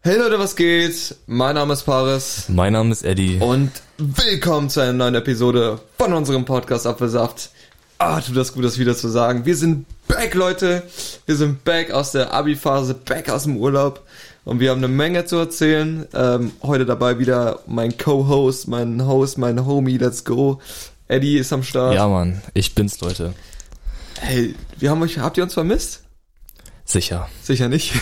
Hey Leute, was geht? Mein Name ist Paris. Mein Name ist Eddie. Und willkommen zu einer neuen Episode von unserem Podcast Apfelsaft. Tut das gut, das wieder zu sagen. Wir sind back, Leute. Wir sind back aus der Abi-Phase, back aus dem Urlaub. Und wir haben eine Menge zu erzählen. Heute dabei wieder mein Co-Host, mein Host, mein Homie, let's go. Eddie ist am Start. Ja, Mann, ich bin's, Leute. Hey, habt ihr uns vermisst? Sicher. Sicher nicht.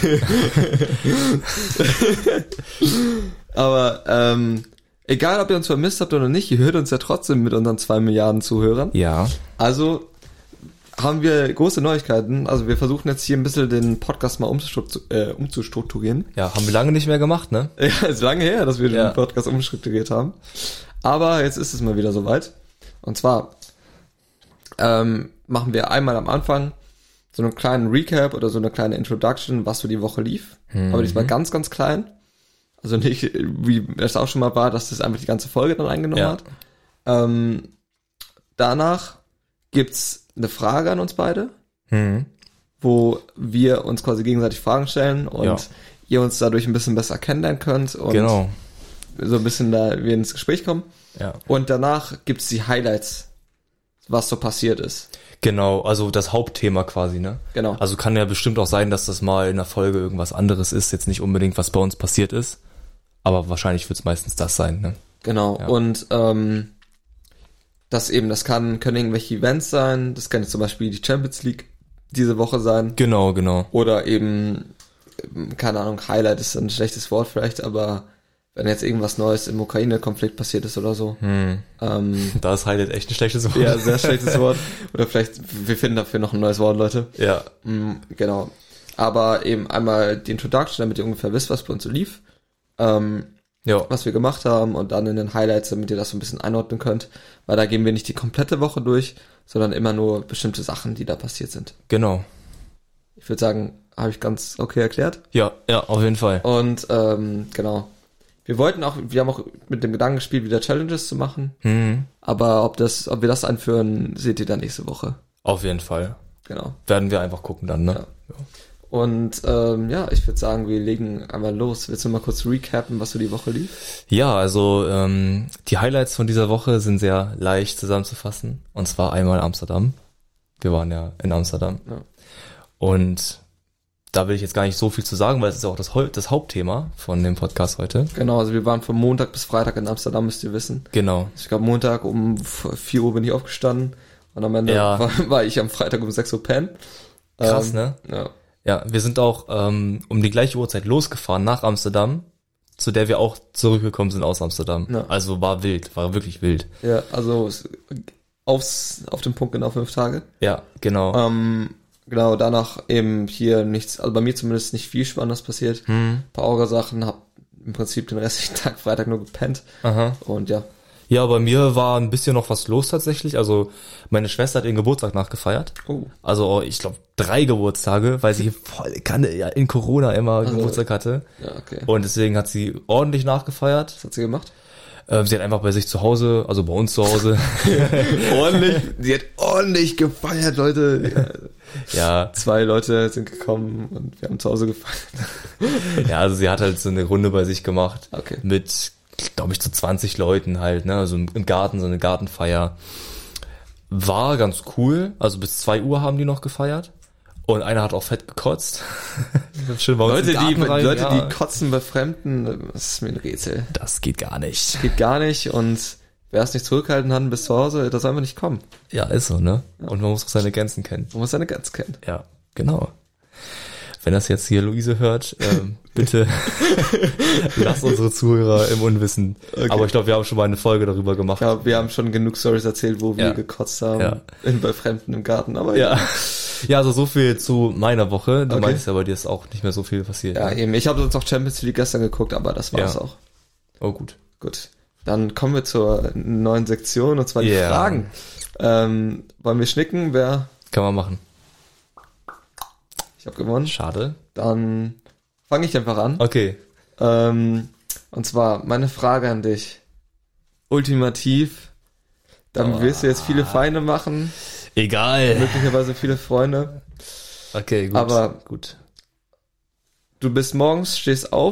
Aber egal, ob ihr uns vermisst habt oder nicht, ihr hört uns ja trotzdem mit unseren 2 Milliarden Zuhörern. Ja. Also haben wir große Neuigkeiten. Also wir versuchen jetzt hier ein bisschen den Podcast mal umzustrukturieren. Ja, haben wir lange nicht mehr gemacht, ne? Ja, ist lange her, dass wir den Podcast umstrukturiert haben. Aber jetzt ist es mal wieder soweit. Und zwar machen wir einmal am Anfang so einen kleinen Recap oder so eine kleine Introduction, was so die Woche lief. Aber diesmal ganz, ganz klein. Also nicht, wie es auch schon mal war, dass das einfach die ganze Folge dann eingenommen hat. Danach gibt's eine Frage an uns beide, wo wir uns quasi gegenseitig Fragen stellen und ihr uns dadurch ein bisschen besser kennenlernen könnt und so ein bisschen da wir ins Gespräch kommen. Ja. Und danach gibt's die Highlights, was so passiert ist. Genau, also das Hauptthema quasi, ne? Genau. Also kann ja bestimmt auch sein, dass das mal in der Folge irgendwas anderes ist, jetzt nicht unbedingt, was bei uns passiert ist, aber wahrscheinlich wird's meistens das sein, ne? Genau, ja. Und das können irgendwelche Events sein, das kann jetzt zum Beispiel die Champions League diese Woche sein. Genau. Oder eben, keine Ahnung, Highlight ist ein schlechtes Wort vielleicht, aber wenn jetzt irgendwas Neues im Ukraine-Konflikt passiert ist oder so. Da ist Highlight echt ein schlechtes Wort. Ja, sehr schlechtes Wort. Oder vielleicht, wir finden dafür noch ein neues Wort, Leute. Ja. Genau. Aber eben einmal die Introduction, damit ihr ungefähr wisst, was bei uns so lief. Was wir gemacht haben und dann in den Highlights, damit ihr das so ein bisschen einordnen könnt. Weil da gehen wir nicht die komplette Woche durch, sondern immer nur bestimmte Sachen, die da passiert sind. Genau. Ich würde sagen, habe ich ganz okay erklärt. Ja, auf jeden Fall. Und genau. Wir haben auch mit dem Gedanken gespielt, wieder Challenges zu machen. Aber ob wir das einführen, seht ihr dann nächste Woche. Auf jeden Fall. Genau. Werden wir einfach gucken dann, ne? Ja. Und ich würde sagen, wir legen einmal los. Willst du mal kurz recappen, was so die Woche lief? Ja, also die Highlights von dieser Woche sind sehr leicht zusammenzufassen. Und zwar einmal Amsterdam. Wir waren ja in Amsterdam. Ja. Und da will ich jetzt gar nicht so viel zu sagen, weil es ist auch das Hauptthema von dem Podcast heute. Genau, also wir waren von Montag bis Freitag in Amsterdam, müsst ihr wissen. Genau. Ich glaube, Montag um 4 Uhr bin ich aufgestanden und am Ende war ich am Freitag um 6 Uhr pennen. Krass, ne? Ja. Ja, wir sind auch um die gleiche Uhrzeit losgefahren nach Amsterdam, zu der wir auch zurückgekommen sind aus Amsterdam. Ja. Also war wirklich wild. Ja, also auf den Punkt genau 5 Tage. Ja, genau. Genau, danach eben hier nichts, also bei mir zumindest nicht viel Spannendes passiert. Ein paar Orga-Sachen, hab im Prinzip den restlichen Tag Freitag nur gepennt. Aha. Und ja. Ja, bei mir war ein bisschen noch was los tatsächlich. Also meine Schwester hat ihren Geburtstag nachgefeiert. Oh. Also ich glaube 3 Geburtstage, weil sie voll in Corona immer Geburtstag hatte. Ja, okay. Und deswegen hat sie ordentlich nachgefeiert. Was hat sie gemacht? Sie hat einfach bei sich zu Hause, also bei uns zu Hause. Sie hat ordentlich gefeiert, Leute. Ja. 2 Leute sind gekommen und wir haben zu Hause gefeiert. Ja, also sie hat halt so eine Runde bei sich gemacht. Okay. Mit, glaube ich, so 20 Leuten halt, ne, also im Garten, so eine Gartenfeier. War ganz cool, also bis 2 Uhr haben die noch gefeiert. Und einer hat auch fett gekotzt. Schön bei uns Leute, die kotzen bei Fremden, das ist mir ein Rätsel. Das geht gar nicht. Geht gar nicht und wer es nicht zurückhalten kann bis zu Hause, das soll einfach nicht kommen. Ja, ist so, ne? Ja. Und man muss auch seine Grenzen kennen. Man muss seine Grenzen kennen. Ja, genau. Wenn das jetzt hier Luise hört, bitte lasst unsere Zuhörer im Unwissen. Okay. Aber ich glaube, wir haben schon mal eine Folge darüber gemacht. Ja, wir haben schon genug Storys erzählt, wo wir gekotzt haben bei Fremden im Garten. Aber ja, also so viel zu meiner Woche. Du meinst ja, bei dir ist auch nicht mehr so viel passiert. Ja, eben. Ich habe sonst auch Champions League gestern geguckt, aber das war's auch. Oh, gut. Gut. Dann kommen wir zur neuen Sektion, und zwar die Fragen. Wollen wir schnicken? Wer? Kann man machen. Ich habe gewonnen. Schade. Dann fange ich einfach an. Okay. Und zwar meine Frage an dich. Ultimativ. Dann wirst du jetzt viele Feinde machen. Egal. Möglicherweise viele Freunde. Okay, gut. Aber gut. Du bist morgens, stehst auf,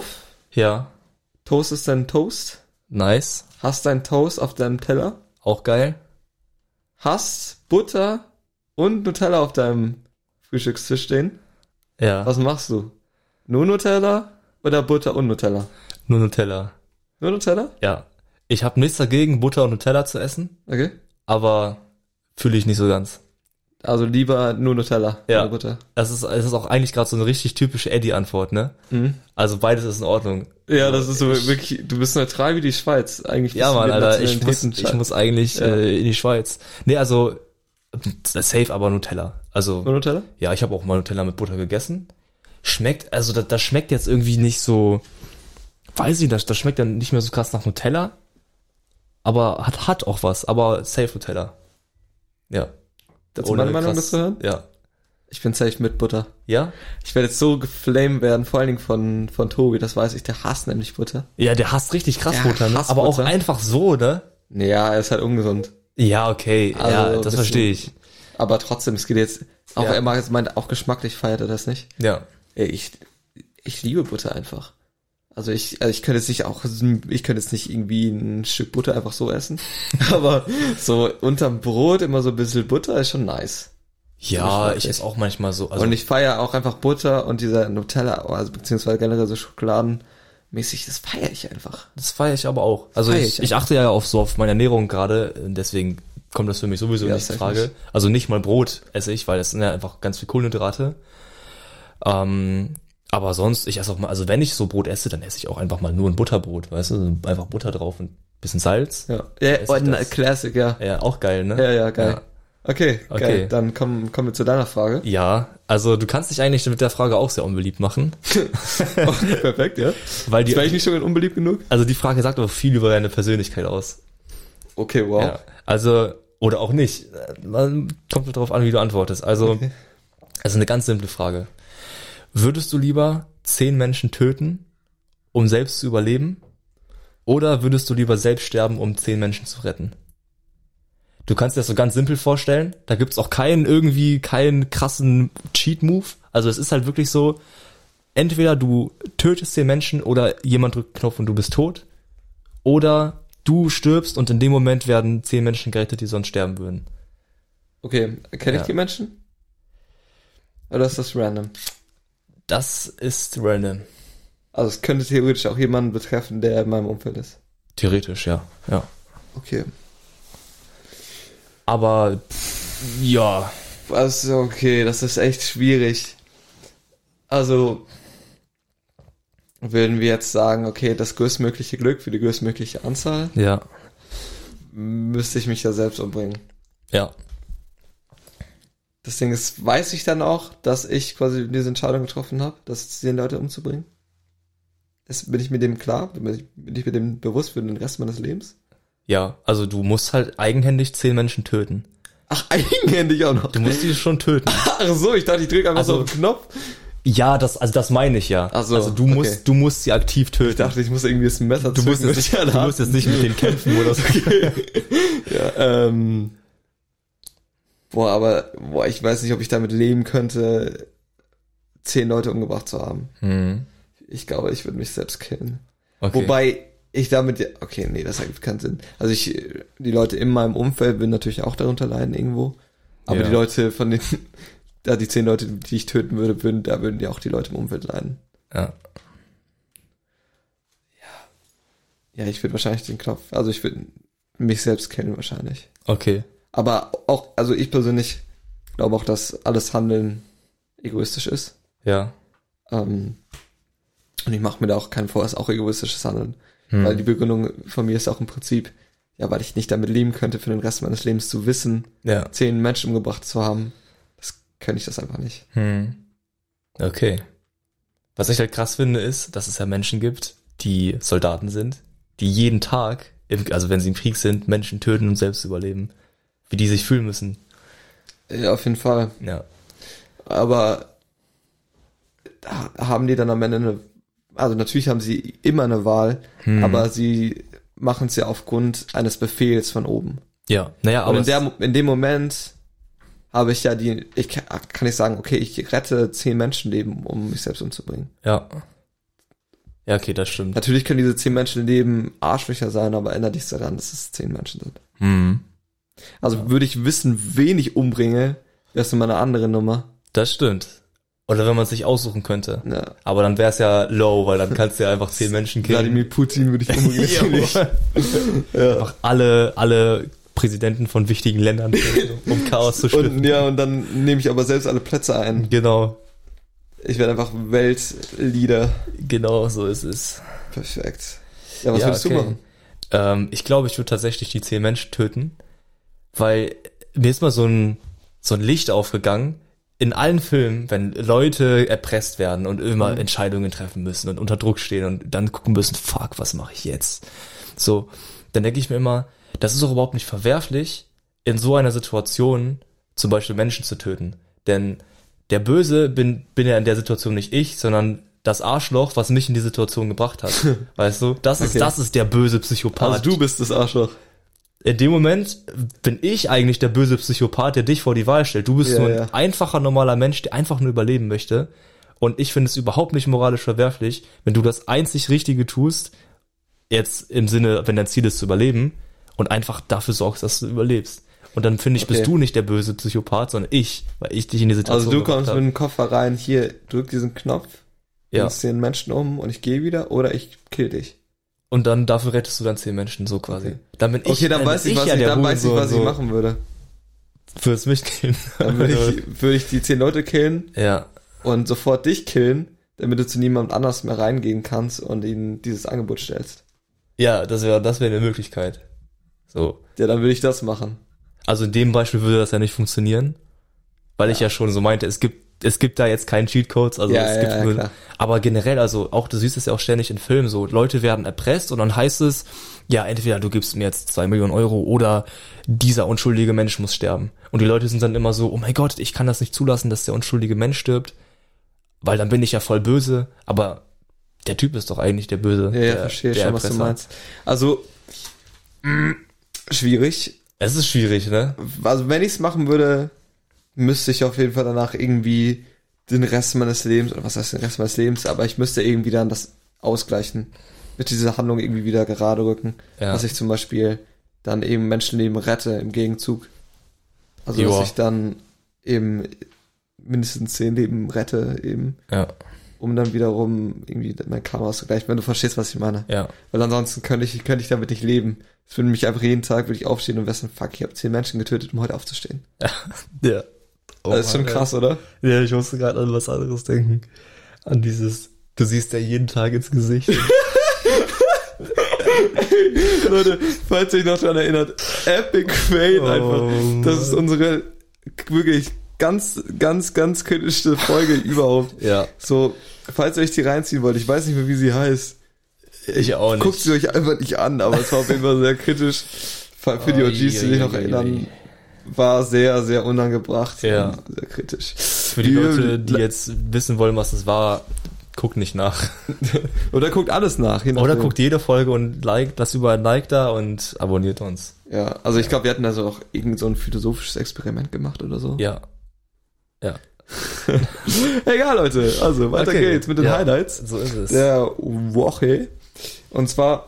Ja. Toastest deinen Toast? Nice. Hast deinen Toast auf deinem Teller? Auch geil. Hast Butter und Nutella auf deinem Frühstückstisch stehen? Ja. Was machst du? Nur Nutella oder Butter und Nutella? Nur Nutella. Nur Nutella? Ja. Ich habe nichts dagegen, Butter und Nutella zu essen, Okay. aber fühle ich nicht so ganz. Also lieber nur Nutella Ja. oder Butter. Es ist auch eigentlich gerade so eine richtig typische Eddie-Antwort, ne? Mhm. Also beides ist in Ordnung. Ja, das ist so wirklich, du bist neutral wie die Schweiz. Eigentlich Ja, bist du Mann, mit Alter, ich Nationalitäten muss eigentlich Ja. in die Schweiz. Nee, also safe aber Nutella. Also Nur Nutella? ja, ich habe auch mal Nutella mit Butter gegessen. Schmeckt, also das schmeckt jetzt irgendwie nicht so, weiß ich nicht, das schmeckt dann nicht mehr so krass nach Nutella, aber hat auch was, aber safe Nutella. Ja. Dazu meine Meinung dazu hören? Ja. Ich bin safe mit Butter. Ja? Ich werde jetzt so geflamed werden, vor allen Dingen von Tobi, das weiß ich, der hasst nämlich Butter. Ja, der hasst richtig krass Der Butter, ne? hasst Aber auch Butter. einfach so, ne? Ja, er ist halt ungesund. Ja, okay, Also, ja, das bisschen- verstehe ich. Aber trotzdem, es geht jetzt, auch Ja. er meint, auch geschmacklich feiert er das nicht. Ja. Ey, ich liebe Butter einfach. Also ich könnte jetzt nicht irgendwie ein Stück Butter einfach so essen. Aber so unterm Brot immer so ein bisschen Butter ist schon nice. Ja, Ich ich esse auch manchmal so, also und ich feiere auch einfach Butter und dieser Nutella, also beziehungsweise generell so schokoladenmäßig, das feiere ich einfach. das feiere ich aber auch. Also Feier ich ich achte ja auf meine Ernährung gerade, deswegen kommt das für mich sowieso Ja, nicht in safe Frage. nicht. Also nicht mal Brot esse ich, weil das sind ja einfach ganz viel Kohlenhydrate. Aber sonst, ich esse auch mal, also wenn ich so Brot esse, dann esse ich auch einfach mal nur ein Butterbrot, weißt du, einfach Butter drauf und bisschen Salz. Ja, Esse ich das? Classic, ja. Ja, auch geil, ne? Ja, geil. Okay, Okay. geil. Dann kommen wir zu deiner Frage. Ja, also du kannst dich eigentlich mit der Frage auch sehr unbeliebt machen, Oh, perfekt, ja. weil Ist vielleicht die, nicht schon unbeliebt genug? also die Frage sagt aber viel über deine Persönlichkeit aus. Okay, wow. Ja, also, oder auch nicht. Man kommt darauf an, wie du antwortest. Also, Okay. also eine ganz simple Frage. Würdest du lieber 10 Menschen töten, um selbst zu überleben? Oder würdest du lieber selbst sterben, um 10 Menschen zu retten? Du kannst dir das so ganz simpel vorstellen. Da gibt's auch keinen krassen Cheat-Move. Also es ist halt wirklich so, entweder du tötest 10 Menschen oder jemand drückt einen Knopf und du bist tot. Oder du stirbst und in dem Moment werden 10 Menschen gerettet, die sonst sterben würden. Okay, kenne ich Ja. die Menschen? Oder ist das random? Das ist random. Also es könnte theoretisch auch jemanden betreffen, der in meinem Umfeld ist. Theoretisch, ja. Ja. Okay. Aber ja. Also okay, das ist echt schwierig. Also würden wir jetzt sagen, okay, das größtmögliche Glück für die größtmögliche Anzahl, Ja. müsste ich mich ja selbst umbringen. Ja. Das Ding ist, weiß ich dann auch, dass ich quasi diese Entscheidung getroffen habe, das 10 Leute umzubringen? Bin ich mir dem klar? Bin ich mir dem bewusst für den Rest meines Lebens? Ja. Also du musst halt eigenhändig 10 Menschen töten. Ach, eigenhändig auch noch. Du musst die schon töten. Ach so, ich dachte, ich drücke einfach so Also- auf den Knopf. Ja, das meine ich ja. Ach so, also du okay. musst sie aktiv töten. Ich dachte, ich muss irgendwie das Messer du musst jetzt nicht mit denen kämpfen oder so. Ja, ich weiß nicht, ob ich damit leben könnte, 10 Leute umgebracht zu haben. Hm. Ich glaube, ich würde mich selbst killen. Okay. Wobei ich damit, okay, nee, das ergibt keinen Sinn. Also die Leute in meinem Umfeld würden natürlich auch darunter leiden irgendwo. Aber Ja. die Leute von den, da die 10 Leute, die ich töten würde, würden ja auch die Leute im Umfeld leiden. Ja. Ja, ich würde wahrscheinlich den Knopf, also ich würde mich selbst killen wahrscheinlich. Okay. Aber auch, also ich persönlich glaube auch, dass alles Handeln egoistisch ist. Ja. Und ich mache mir da auch keinen vor, es ist auch egoistisches Handeln. Hm. Weil die Begründung von mir ist auch im Prinzip, ja, weil ich nicht damit leben könnte, für den Rest meines Lebens zu wissen, Ja. 10 Menschen umgebracht zu haben, könnte ich das einfach nicht. Hm. Okay. Was ich halt krass finde, ist, dass es ja Menschen gibt, die Soldaten sind, die jeden Tag, also wenn sie im Krieg sind, Menschen töten und selbst überleben. Wie die sich fühlen müssen. Ja, auf jeden Fall. Ja. Aber haben die dann am Ende also natürlich haben sie immer eine Wahl, aber sie machen es ja aufgrund eines Befehls von oben. Ja, naja, aber Und in dem Moment habe ich ja kann ich sagen, okay, ich rette 10 Menschenleben, um mich selbst umzubringen. ja. Ja, okay, das stimmt. Natürlich können diese 10 Menschenleben Arschlöcher sein, aber erinnere dich daran, dass es 10 Menschen sind. Mhm. Also würde ich wissen, wen ich umbringe, wäre es immer eine andere Nummer. Das stimmt. Oder wenn man es sich aussuchen könnte. Ja. Aber dann wäre es ja low, weil dann kannst du ja einfach 10 Menschen killen. Wladimir Putin würde ich umbringen. Ja. Einfach alle Präsidenten von wichtigen Ländern, um Chaos zu stiften. Und dann nehme ich aber selbst alle Plätze ein. Genau. Ich werde einfach Weltleader. Genau, so ist es. Perfekt. Ja, was würdest du machen? Ich glaube, ich würde tatsächlich die 10 Menschen töten, weil mir ist mal so ein Licht aufgegangen. In allen Filmen, wenn Leute erpresst werden und immer Entscheidungen treffen müssen und unter Druck stehen und dann gucken müssen, fuck, was mache ich jetzt? So, dann denke ich mir immer, das ist doch überhaupt nicht verwerflich, in so einer Situation zum Beispiel Menschen zu töten. Denn der Böse bin ja in der Situation nicht ich, sondern das Arschloch, was mich in die Situation gebracht hat. Weißt du? Das ist der böse Psychopath. Also du bist das Arschloch. In dem Moment bin ich eigentlich der böse Psychopath, der dich vor die Wahl stellt. Du bist nur ein einfacher, normaler Mensch, der einfach nur überleben möchte. Und ich finde es überhaupt nicht moralisch verwerflich, wenn du das einzig Richtige tust, jetzt im Sinne, wenn dein Ziel ist zu überleben, und einfach dafür sorgst, dass du überlebst. Und dann finde ich, bist du nicht der böse Psychopath, sondern ich, weil ich dich in die Situation Also du kommst mit dem Koffer rein, hier, drück diesen Knopf, bringst den Menschen um und ich gehe wieder, oder ich kill dich. Und dann dafür rettest du dann 10 Menschen, so quasi. Okay. Dann bin ich, dann weiß ich, was ich machen würde. Würdest mich killen. Dann würde ich die 10 Leute killen. Ja. Und sofort dich killen, damit du zu niemand anders mehr reingehen kannst und ihnen dieses Angebot stellst. Ja, das wäre eine Möglichkeit. So. Ja, dann würde ich das machen. Also in dem Beispiel würde das ja nicht funktionieren, weil ich ja schon so meinte, es gibt da jetzt keinen Cheatcodes, also es gibt nur, klar. Aber generell, also auch, du siehst es ja auch ständig in Filmen so, Leute werden erpresst und dann heißt es, ja, entweder du gibst mir jetzt 2 Millionen Euro oder dieser unschuldige Mensch muss sterben. Und die Leute sind dann immer so, oh mein Gott, ich kann das nicht zulassen, dass der unschuldige Mensch stirbt, weil dann bin ich ja voll böse, aber der Typ ist doch eigentlich der Böse. Ja, verstehe schon, was du meinst. Also, schwierig. Es ist schwierig, ne? Also wenn ich es machen würde, müsste ich auf jeden Fall danach irgendwie den Rest meines Lebens, oder was heißt den Rest meines Lebens, aber ich müsste irgendwie dann das ausgleichen, mit dieser Handlung irgendwie wieder gerade rücken, dass ich zum Beispiel dann eben Menschenleben rette im Gegenzug. Also dass ich dann eben mindestens 10 Leben rette eben, um dann wiederum irgendwie mein Karma auszugleichen, wenn du verstehst, was ich meine. Ja. Weil ansonsten könnte ich damit nicht leben. Es würde mich einfach jeden Tag, würde ich aufstehen und wissen, fuck, ich habe 10 Menschen getötet, um heute aufzustehen. Ja. Oh, das ist schon krass, oder? Ja, ich musste gerade an was anderes denken. An dieses, du siehst ja jeden Tag ins Gesicht. Leute, falls ihr euch noch daran erinnert, Epic Fail einfach. Das ist unsere wirklich ganz, ganz, ganz kritischste Folge überhaupt. Ja. So, falls ihr euch die reinziehen wollt, ich weiß nicht mehr, wie sie heißt. Ich auch nicht. Guckt sie euch einfach nicht an, aber es war auf jeden Fall sehr kritisch. Für die OGs, die sich noch erinnern, war sehr, sehr unangebracht. Ja. Und sehr kritisch. Für die Leute, die jetzt wissen wollen, was das war, guckt nicht nach. Oder guckt alles nach. Oder guckt jede Folge und lasst überall ein Like da und abonniert uns. Ja, also ich glaube, wir hatten also auch irgend so ein philosophisches Experiment gemacht oder so. Ja. Ja. Egal, Leute. Also, weiter geht's mit den Highlights. So ist es. Der Woche. Und zwar,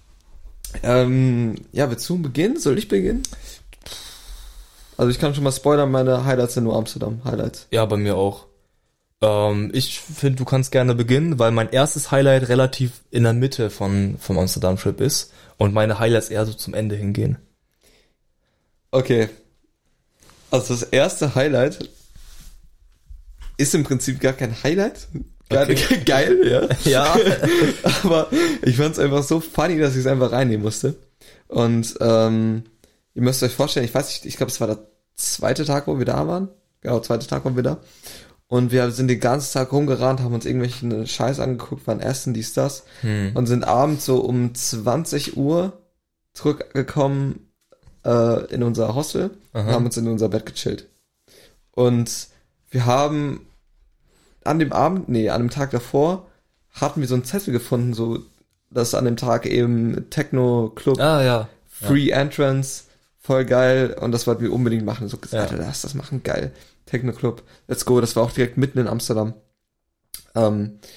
willst du beginnen? Soll ich beginnen? Also ich kann schon mal spoilern, meine Highlights sind nur Amsterdam-Highlights. Ja, bei mir auch. Ich finde, du kannst gerne beginnen, weil mein erstes Highlight relativ in der Mitte vom Amsterdam-Trip ist und meine Highlights eher so zum Ende hingehen. Okay. Also das erste Highlight ist im Prinzip gar kein Highlight. Okay. Geil, ja. Ja. Aber ich fand es einfach so funny, dass ich es einfach reinnehmen musste. Und ihr müsst euch vorstellen, ich weiß nicht, ich glaube, es war der zweite Tag, wo wir da waren. Genau, zweite Tag waren wir da. Und wir sind den ganzen Tag rumgerannt, haben uns irgendwelchen Scheiß angeguckt, waren essen, dies, das. Und sind abends so um 20 Uhr zurückgekommen in unser Hostel. Haben uns in unser Bett gechillt. Und wir haben an dem Tag davor hatten wir so einen Zettel gefunden, so, dass an dem Tag eben Techno-Club, Free Entrance, voll geil, und das wollten wir unbedingt machen. So gesagt, lass das machen, geil. Techno-Club, let's go. Das war auch direkt mitten in Amsterdam.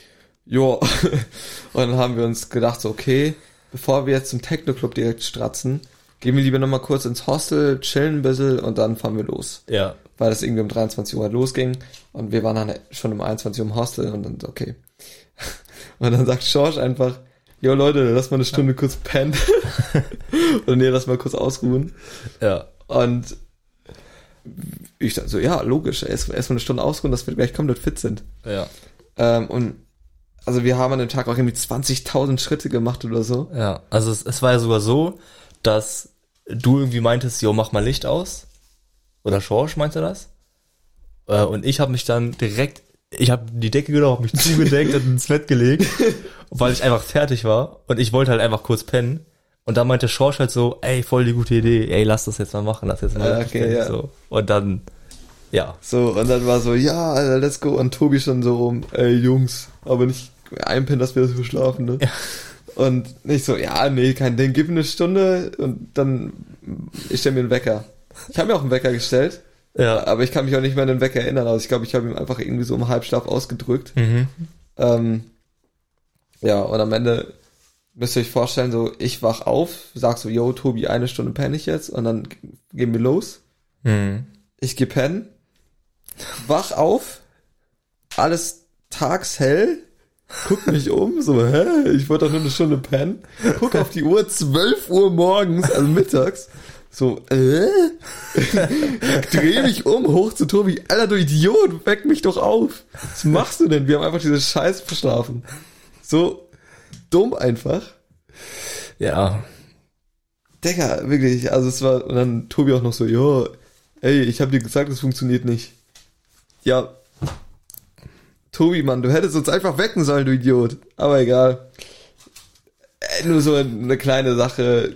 Jo. Und dann haben wir uns gedacht, so, okay, bevor wir jetzt zum Techno-Club direkt stratzen, gehen wir lieber nochmal kurz ins Hostel, chillen ein bisschen und dann fahren wir los. Ja. Weil das irgendwie um 23 Uhr losging und wir waren dann schon um 21 Uhr im Hostel und dann so, okay. Und dann sagt Schorsch einfach, jo Leute, lass mal eine Stunde kurz pennen. Oder nee, lass mal kurz ausruhen. Ja. Und ich dachte so, ja, logisch, erst mal eine Stunde ausruhen, dass wir gleich komplett fit sind. Ja. Und also wir haben an dem Tag auch irgendwie 20.000 Schritte gemacht oder so. Ja, also es war ja sogar so, dass du irgendwie meintest, jo, mach mal Licht aus. Oder Schorsch meinte das. Und ich habe mich dann direkt, ich habe die Decke genommen, hab mich zugedeckt und ins Bett gelegt, weil ich einfach fertig war. Und ich wollte halt einfach kurz pennen. Und da meinte Schorsch halt so, ey, voll die gute Idee, ey, lass das jetzt mal machen, lass jetzt mal okay, ja. So. Und dann, ja. So, und dann war so, ja, Alter, let's go. Und Tobi schon so rum, ey, Jungs, aber nicht einpennen, dass wir das verschlafen, ne? Ja. Und nicht so, ja, nee, kein Ding, gib mir eine Stunde und dann, ich stelle mir einen Wecker. Ich habe mir auch einen Wecker gestellt, Ja. aber ich kann mich auch nicht mehr an den Wecker erinnern. Also ich glaube, ich habe ihm einfach irgendwie so im Halbschlaf ausgedrückt. Ja, und am Ende müsst ihr euch vorstellen, so, ich wach auf, sag so, yo, Tobi, 1 Stunde penne ich jetzt und dann gehen wir los. Ich geh pennen, wach auf, alles tagshell, guck mich um, so, hä, ich wollte doch nur 1 Stunde pennen, guck auf die Uhr, 12 Uhr morgens, also mittags, so, dreh mich um, hoch zu Tobi, Alter, du Idiot, weck mich doch auf. Was machst du denn? Wir haben einfach diese Scheiße verschlafen. So dumm einfach. Ja. Digga, wirklich, also es war, und dann Tobi auch noch so, jo, ey, ich hab dir gesagt, es funktioniert nicht. Ja, Tobi, Mann, du hättest uns einfach wecken sollen, du Idiot. Aber egal. Nur so eine kleine Sache.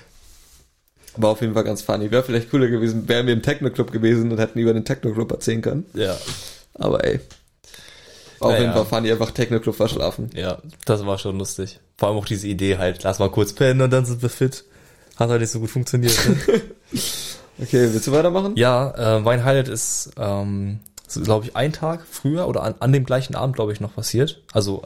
War auf jeden Fall ganz funny. Wäre vielleicht cooler gewesen, wären wir im Techno-Club gewesen und hätten über den Techno-Club erzählen können. Ja. Aber ey. War auf jeden Fall funny, einfach Techno-Club verschlafen. Ja, das war schon lustig. Vor allem auch diese Idee halt, lass mal kurz pennen und dann sind wir fit. Hat halt nicht so gut funktioniert. Ne? Okay, willst du weitermachen? Ja, mein Highlight ist, so, glaube ich, ein Tag früher oder an dem gleichen Abend, glaube ich, noch passiert. Also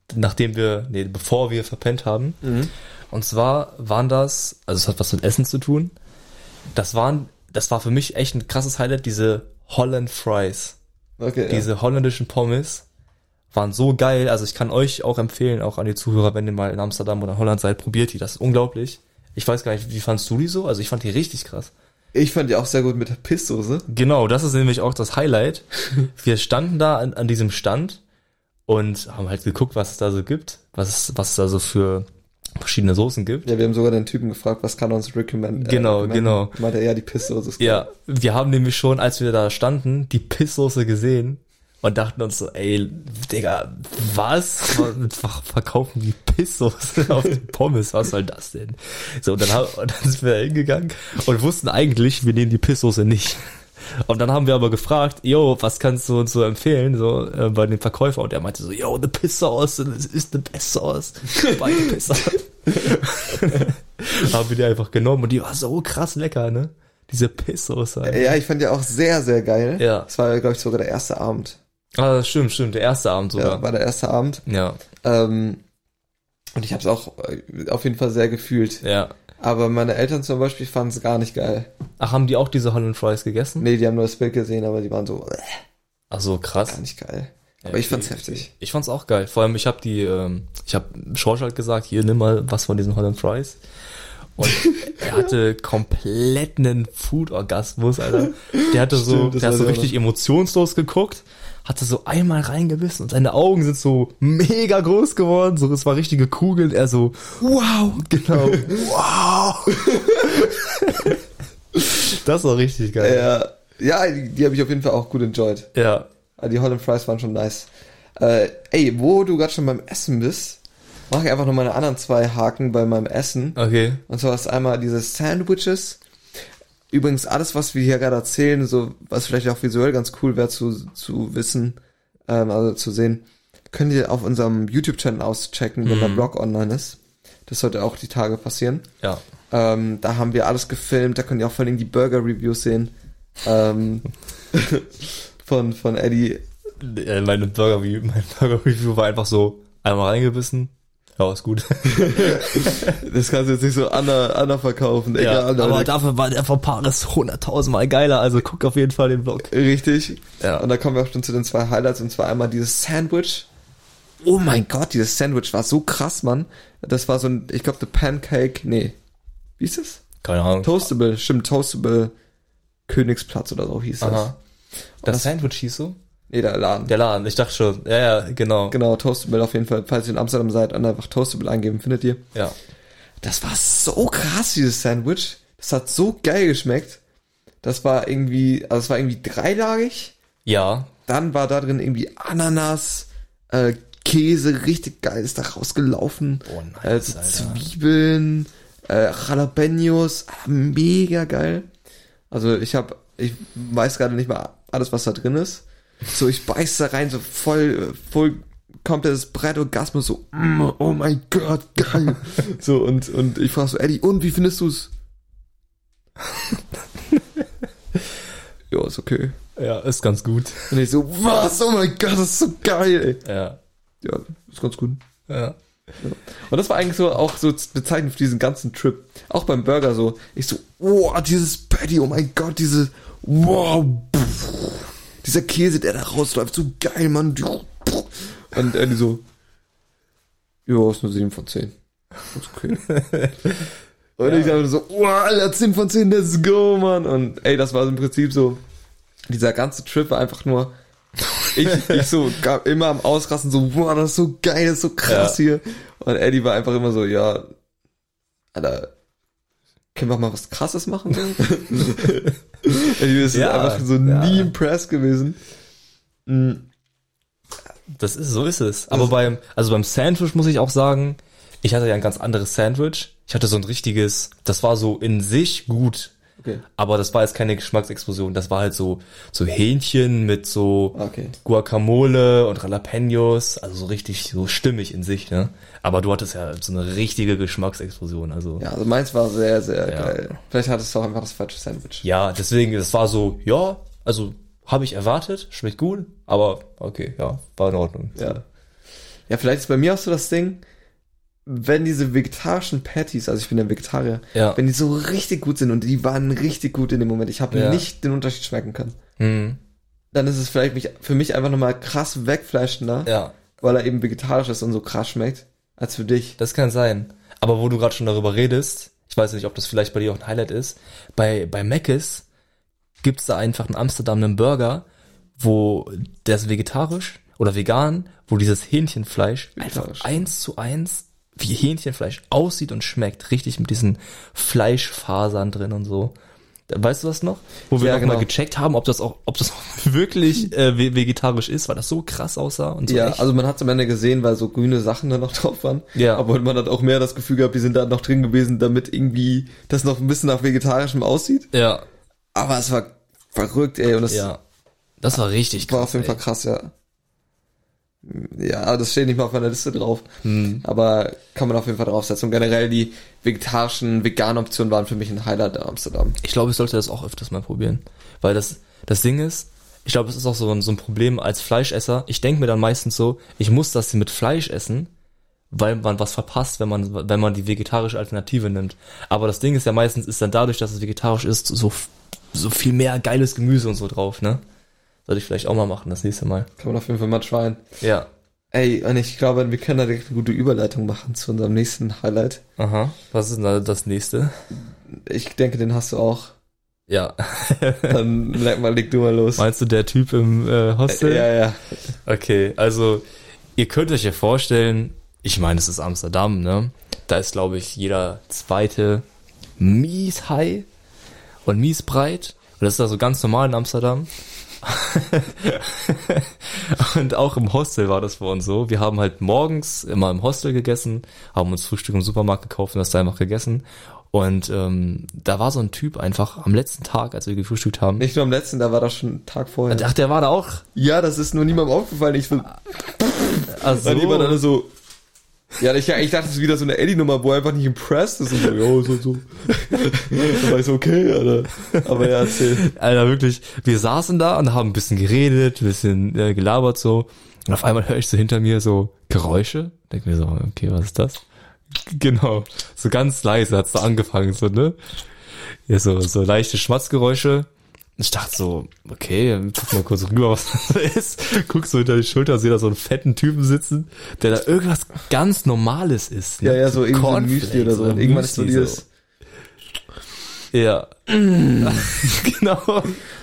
bevor wir verpennt haben. Und zwar waren das, also es hat was mit Essen zu tun. Das war für mich echt ein krasses Highlight, diese Holland Fries. Okay. Diese holländischen Pommes waren so geil. Also ich kann euch auch empfehlen, auch an die Zuhörer, wenn ihr mal in Amsterdam oder Holland seid, probiert die. Das ist unglaublich. Ich weiß gar nicht, wie fandst du die so? Also ich fand die richtig krass. Ich fand die auch sehr gut mit der Pisssoße. Genau, das ist nämlich auch das Highlight. Wir standen da an diesem Stand und haben halt geguckt, was es da so gibt, was es da so für verschiedene Soßen gibt. Ja, wir haben sogar den Typen gefragt, was kann er uns recommenden. Genau. Meinte er, ja, die Pisssoße ist gut. Ja, wir haben nämlich schon, als wir da standen, die Pisssoße gesehen und dachten uns so, ey, Digga, was? Verkaufen die Pisssoße auf die Pommes? Was soll das denn? So, und dann sind wir da hingegangen und wussten eigentlich, wir nehmen die Pisssoße nicht. Und dann haben wir aber gefragt, yo, was kannst du uns so empfehlen, so bei dem Verkäufer? Und er meinte so, yo, the Piss Sauce, das ist the best sauce. Bei Pizza. Haben wir die einfach genommen und die war so krass lecker, ne? Diese Pisssoße. Ja, ich fand die auch sehr, sehr geil. Ja. Das war, glaube ich, sogar der erste Abend. Ah, stimmt, der erste Abend sogar. Ja, war der erste Abend. Ja. Und ich habe es auch auf jeden Fall sehr gefühlt. Ja. Aber meine Eltern zum Beispiel fanden es gar nicht geil. Ach, haben die auch diese Holland Fries gegessen? Nee, die haben nur das Bild gesehen, aber die waren so, Ach so, krass. gar nicht geil. Ja, Aber ich fand's heftig. Ich fand's auch geil. Vor allem, ich habe Schorsch halt gesagt, hier, nimm mal was von diesen Holland Fries. Und er hatte komplett einen Food-Orgasmus, Alter. Der hatte so, Stimmt, der hat so richtig emotionslos geguckt, hatte so einmal reingebissen und seine Augen sind so mega groß geworden, so, es war richtige Kugeln, er so, wow, genau, wow. Das war richtig geil. Ja, die habe ich auf jeden Fall auch gut enjoyed. Ja. Die Holland Fries waren schon nice. Ey, wo du gerade schon beim Essen bist, mache ich einfach noch meine anderen 2 Haken bei meinem Essen. Okay. Und zwar ist einmal diese Sandwiches. Übrigens alles, was wir hier gerade erzählen, so was vielleicht auch visuell ganz cool wäre zu wissen, also zu sehen, könnt ihr auf unserem YouTube-Channel auschecken, wenn der Blog online ist. Das sollte auch die Tage passieren. Ja. Da haben wir alles gefilmt, da könnt ihr auch vor allem die Burger-Reviews sehen. von Eddie. Mein Burger-Review war einfach so Einmal reingebissen. Ja, ist gut. Das kannst du jetzt nicht so Anna verkaufen. Ja, Egal, aber dafür war der von Paris 100.000 Mal geiler, also guck auf jeden Fall den Vlog. Richtig. Ja. Und da kommen wir auch schon zu den 2 Highlights, und zwar einmal dieses Sandwich. Oh mein Gott, dieses Sandwich war so krass, Mann. Das war so ein, ich glaube, the Pancake, nee. Wie ist es? Keine Ahnung. Toastable Königsplatz oder so hieß das. Das Sandwich hieß so? Nee, der Laden. Der Laden, ich dachte schon. Ja, genau. Genau, Toastable auf jeden Fall. Falls ihr in Amsterdam seid, einfach Toastable eingeben, findet ihr. Ja. Das war so krass, dieses Sandwich. Das hat so geil geschmeckt. Das war irgendwie 3-lagig. Ja. Dann war da drin irgendwie Ananas, Käse, richtig geil ist da rausgelaufen. Oh nice, Alter. Zwiebeln, Jalapenos, mega geil. Also ich weiß gerade nicht mal alles, was da drin ist. So, ich beiß da rein, so voll komplettes Brettorgasmus, so, oh mein Gott, geil. So, und ich frag so, Eddie, und wie findest du's? Ja, ist okay. Ja, ist ganz gut. Und ich so, was? Oh mein Gott, das ist so geil, ey. Ja. Ja, ist ganz gut. Ja. Und das war eigentlich so auch so bezeichnend für diesen ganzen Trip. Auch beim Burger so. Ich so, wow, dieses Patty, oh mein Gott, dieser Käse, der da rausläuft, so geil, Mann. Und Eddie so, ja, ist nur 7 von 10. Ist okay. Und ich dachte so, wow, Alter, 10 von 10, let's go, Mann. Und ey, das war so im Prinzip so, dieser ganze Trip war einfach nur, ich so gab immer am Ausrasten so, wow, das ist so geil, das ist so krass hier. Und Eddie war einfach immer so, ja, Alter, können wir mal was Krasses machen? Eddie ist einfach so nie impressed gewesen. So ist es. Aber beim Sandwich muss ich auch sagen, ich hatte ja ein ganz anderes Sandwich. Ich hatte so ein richtiges, das war so in sich gut. Okay. Aber das war jetzt keine Geschmacksexplosion. Das war halt so Hähnchen mit so Guacamole und Jalapenos. Also so richtig so stimmig in sich, ne? Aber du hattest ja so eine richtige Geschmacksexplosion. Also ja, also meins war sehr, sehr geil. Vielleicht hattest du auch einfach das falsche Sandwich. Ja, deswegen, das war so, ja, also habe ich erwartet, schmeckt gut, aber okay, ja, war in Ordnung. Ja. Ja, vielleicht ist bei mir auch so das Ding, wenn diese vegetarischen Patties, also ich bin ja Vegetarier, wenn die so richtig gut sind und die waren richtig gut in dem Moment, ich habe nicht den Unterschied schmecken können, dann ist es vielleicht für mich einfach nochmal krass wegfleischender, weil er eben vegetarisch ist und so krass schmeckt, als für dich. Das kann sein. Aber wo du gerade schon darüber redest, ich weiß nicht, ob das vielleicht bei dir auch ein Highlight ist, bei Mc's gibt's da einfach in Amsterdam einen Burger, wo der ist vegetarisch oder vegan, wo dieses Hähnchenfleisch einfach 1:1 wie Hähnchenfleisch aussieht und schmeckt, richtig mit diesen Fleischfasern drin und so. Weißt du das noch? Wo wir mal gecheckt haben, ob das auch wirklich vegetarisch ist, weil das so krass aussah und so. Ja, echt. Also man hat es am Ende gesehen, weil so grüne Sachen da noch drauf waren. Ja. Aber man hat auch mehr das Gefühl gehabt, die sind da noch drin gewesen, damit irgendwie das noch ein bisschen nach vegetarischem aussieht. Ja. Aber es war verrückt, ey. Und das war richtig krass. War auf jeden Fall krass, ja. Ja, das steht nicht mal auf meiner Liste drauf. Aber kann man auf jeden Fall draufsetzen. Und generell die veganen Optionen waren für mich ein Highlight in Amsterdam. Ich glaube, ich sollte das auch öfters mal probieren. Weil das Ding ist, ich glaube, es ist auch so ein Problem als Fleischesser. Ich denke mir dann meistens so, ich muss das mit Fleisch essen, weil man was verpasst, wenn man die vegetarische Alternative nimmt. Aber das Ding ist ja meistens, ist dann dadurch, dass es vegetarisch ist, so viel mehr geiles Gemüse und so drauf, ne? Sollte ich vielleicht auch mal machen, das nächste Mal. Kann man auf jeden Fall mal tryen. Ja. Ey, und ich glaube, wir können da direkt eine gute Überleitung machen zu unserem nächsten Highlight. Aha. Was ist denn da das nächste? Ich denke, den hast du auch. Ja. Dann leg du mal los. Meinst du der Typ im Hostel? Ja. Okay, also ihr könnt euch ja vorstellen, ich meine, es ist Amsterdam, ne? Da ist, glaube ich, jeder zweite mies high und mies breit. Und das ist also ganz normal in Amsterdam. Und auch im Hostel war das bei uns so. Wir haben halt morgens immer im Hostel gegessen, haben uns Frühstück im Supermarkt gekauft und das da einfach gegessen. Und da war so ein Typ einfach am letzten Tag, als wir gefrühstückt haben. Nicht nur am letzten, da war das schon einen Tag vorher. Ach, der war da auch? Ja, das ist nur niemandem aufgefallen. Ich so, also, weil die waren alle so. Ja, ich dachte, das ist wieder so eine Eddie-Nummer, wo er einfach nicht impressed ist und so, ja, so. Dann war ich so, okay, Alter. Aber ja, erzähl. Alter, wirklich, wir saßen da und haben ein bisschen geredet, ein bisschen gelabert so. Und auf einmal höre ich so hinter mir so Geräusche. Denke mir so, okay, was ist das? Genau. So ganz leise hat's da angefangen, so, ne? Ja, so leichte Schmatzgeräusche. Ich dachte so, okay, guck mal kurz rüber, was das ist. Guck so hinter die Schulter, sehe da so einen fetten Typen sitzen, der da irgendwas ganz Normales ist. Ne? Ja, so irgendwie so ein Müsli oder so. Und irgendwann ist so dieses... Ja. Genau.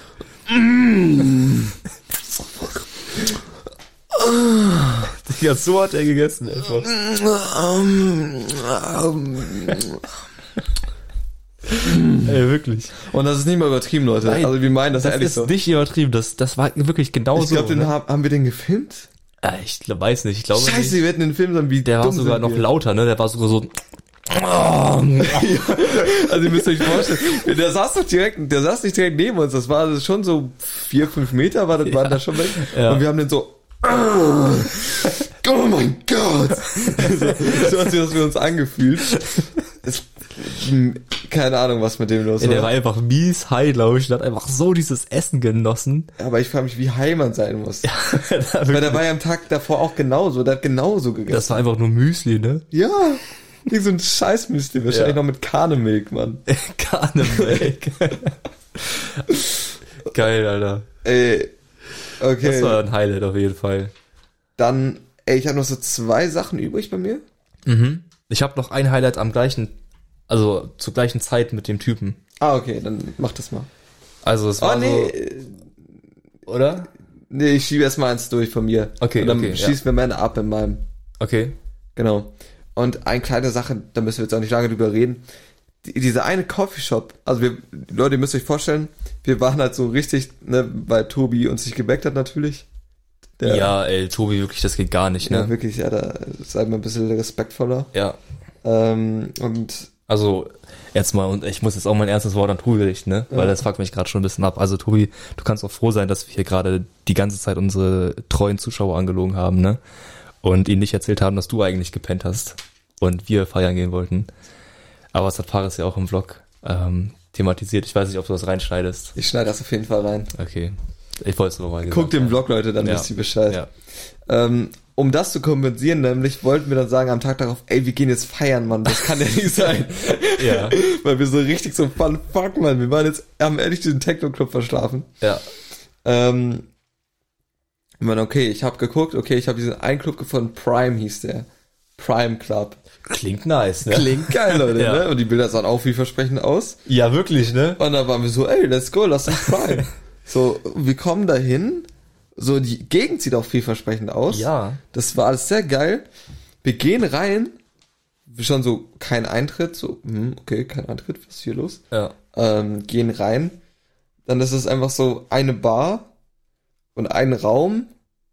Ja, so hat er gegessen einfach. Ey, wirklich. Und das ist nicht mal übertrieben, Leute. Nein, also wir meinen das ehrlich so. Das ist nicht übertrieben, das war wirklich genau so. Ich glaube, ne? haben wir den gefilmt? Ich weiß nicht, ich glaube Scheiße, nicht. wir hätten den Film dann wie Der war sogar noch lauter, ne? Der war sogar so... Ja, also ihr müsst euch vorstellen, der saß nicht direkt neben uns, das war schon so 4-5 Meter, waren da schon weg. Ja. Und wir haben den so, oh mein Gott! So hat sich das für uns angefühlt. Keine Ahnung, was mit dem los war. Der war einfach mies high, glaube ich, und hat einfach so dieses Essen genossen. Aber ich frage mich, wie high man sein muss. Ja, weil der war ja am Tag davor auch genauso, der hat genauso gegessen. Das war einfach nur Müsli, ne? Ja. Wie so ein Scheißmüsli, wahrscheinlich noch mit Kahnemilk, Mann. Kahnemilk. Geil, Alter. Ey, okay. Das war ein Highlight auf jeden Fall. Dann, ich habe noch so 2 Sachen übrig bei mir. Mhm. Ich habe noch ein Highlight zur gleichen Zeit mit dem Typen. Ah, okay, dann mach das mal. Also es war so... Oder? Nee, ich schiebe erst mal eins durch von mir. Okay, und dann schießen wir meine ab in meinem. Okay. Genau. Und eine kleine Sache, da müssen wir jetzt auch nicht lange drüber reden. Diese eine Coffeeshop, also Leute, ihr müsst euch vorstellen, wir waren halt so richtig, ne, weil Tobi uns nicht gebackt hat natürlich. Tobi, wirklich, das geht gar nicht, ne? Ja, wirklich, ja, da seid mal ein bisschen respektvoller. Ja. Und also, jetzt mal, und ich muss jetzt auch mein ernstes Wort an Tobi richten, ne? Weil das fuckt mich gerade schon ein bisschen ab. Also Tobi, du kannst auch froh sein, dass wir hier gerade die ganze Zeit unsere treuen Zuschauer angelogen haben, ne? Und ihnen nicht erzählt haben, dass du eigentlich gepennt hast und wir feiern gehen wollten. Aber das hat Paris ja auch im Vlog thematisiert. Ich weiß nicht, ob du das reinschneidest. Ich schneide das auf jeden Fall rein. Okay. Ich wollte es nur mal gesagt. Guckt den Vlog, Leute, dann wisst ihr Bescheid. Ja. Um das zu kompensieren, nämlich wollten wir dann sagen am Tag darauf, ey, wir gehen jetzt feiern, Mann, das kann ja nicht sein. Ja. Weil wir so richtig so fuck, Mann, wir haben ehrlich diesen Techno-Club verschlafen. Ja. Ich meine, okay, ich habe geguckt, ich habe diesen einen Club gefunden, Prime hieß der. Prime Club. Klingt nice, ne? Klingt geil, Leute, ne? Und die Bilder sahen auch vielversprechend aus. Ja, wirklich, ne? Und dann waren wir so, ey, let's go, lass uns Prime. So, wir kommen dahin, so, die Gegend sieht auch vielversprechend aus. Ja. Das war alles sehr geil. Wir gehen rein, schon so, kein Eintritt, so, okay, kein Eintritt, was ist hier los? Ja. Gehen rein, dann ist es einfach so eine Bar und ein Raum,